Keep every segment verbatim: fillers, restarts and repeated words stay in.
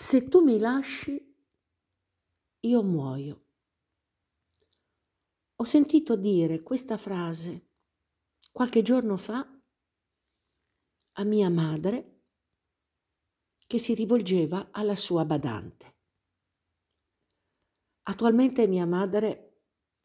Se tu mi lasci, io muoio. Ho sentito dire questa frase qualche giorno fa a mia madre che si rivolgeva alla sua badante. Attualmente mia madre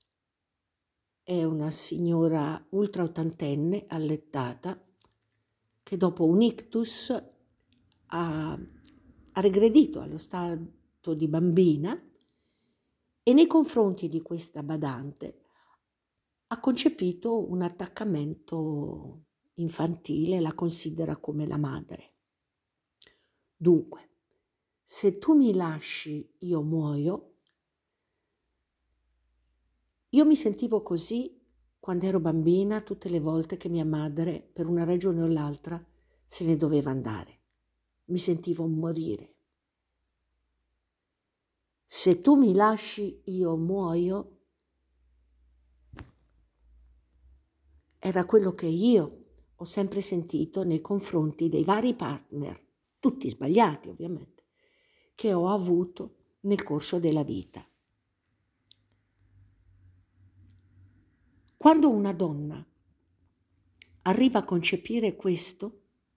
è una signora ultra ottantenne, allettata, che dopo un ictus ha, ha regredito allo stato di bambina e nei confronti di questa badante ha concepito un attaccamento infantile, la considera come la madre. Dunque, se tu mi lasci, io muoio. Io mi sentivo così quando ero bambina, tutte le volte che mia madre, per una ragione o l'altra, se ne doveva andare. Mi sentivo morire. Se tu mi lasci, io muoio. Era quello che io ho sempre sentito nei confronti dei vari partner, tutti sbagliati ovviamente, che ho avuto nel corso della vita. Quando una donna arriva a concepire questo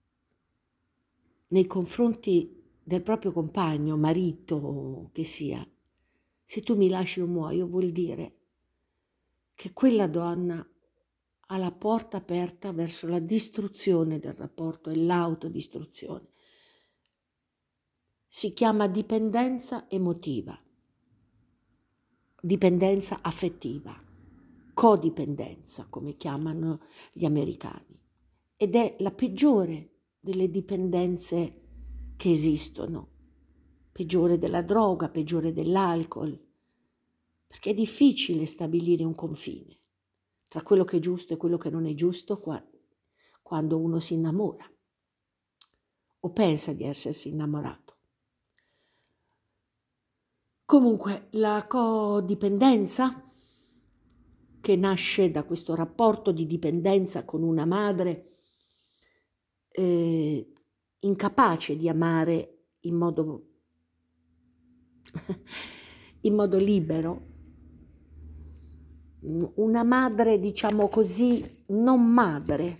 nei confronti del proprio compagno, marito che sia, se tu mi lasci io muoio, vuol dire che quella donna ha la porta aperta verso la distruzione del rapporto e l'autodistruzione. Si chiama dipendenza emotiva, dipendenza affettiva, codipendenza, come chiamano gli americani, ed è la peggiore delle dipendenze che esistono, peggiore della droga, peggiore dell'alcol, perché è difficile stabilire un confine tra quello che è giusto e quello che non è giusto quando uno si innamora o pensa di essersi innamorato. Comunque, la codipendenza, che nasce da questo rapporto di dipendenza con una madre eh, incapace di amare in modo, in modo libero, una madre, diciamo così, non madre,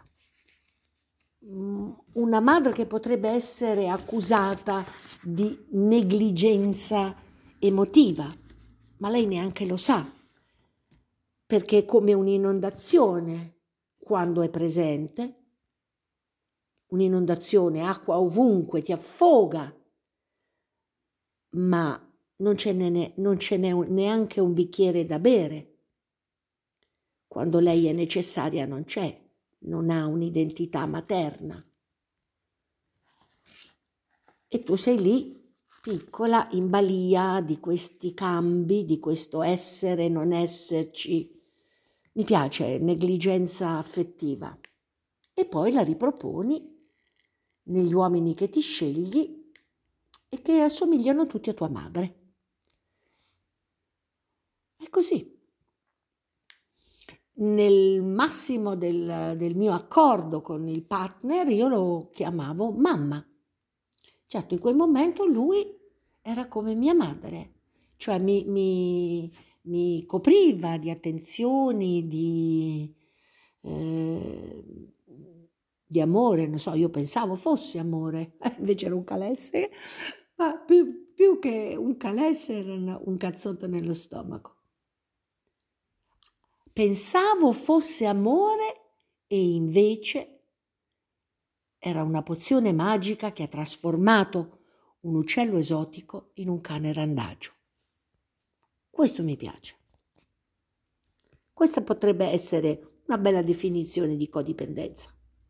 una madre che potrebbe essere accusata di negligenza emotiva, ma lei neanche lo sa, perché è come un'inondazione quando è presente, un'inondazione, acqua ovunque, ti affoga, ma non ce n'è, non ce n'è neanche un bicchiere da bere. Quando lei è necessaria non c'è, non ha un'identità materna. E tu sei lì, piccola, in balia di questi cambi, di questo essere, non esserci. Mi piace, negligenza affettiva. E poi la riproponi negli uomini che ti scegli e che assomigliano tutti a tua madre. È così. Nel massimo del, del mio accordo con il partner io lo chiamavo mamma. Certo, in quel momento lui era come mia madre, cioè mi, mi, mi copriva di attenzioni, di, eh, di amore, non so, io pensavo fosse amore, invece era un calesse, ma più, più che un calesse era un cazzotto nello stomaco. Pensavo fosse amore e invece era una pozione magica che ha trasformato un uccello esotico in un cane randagio. Questo mi piace. Questa potrebbe essere una bella definizione di codipendenza.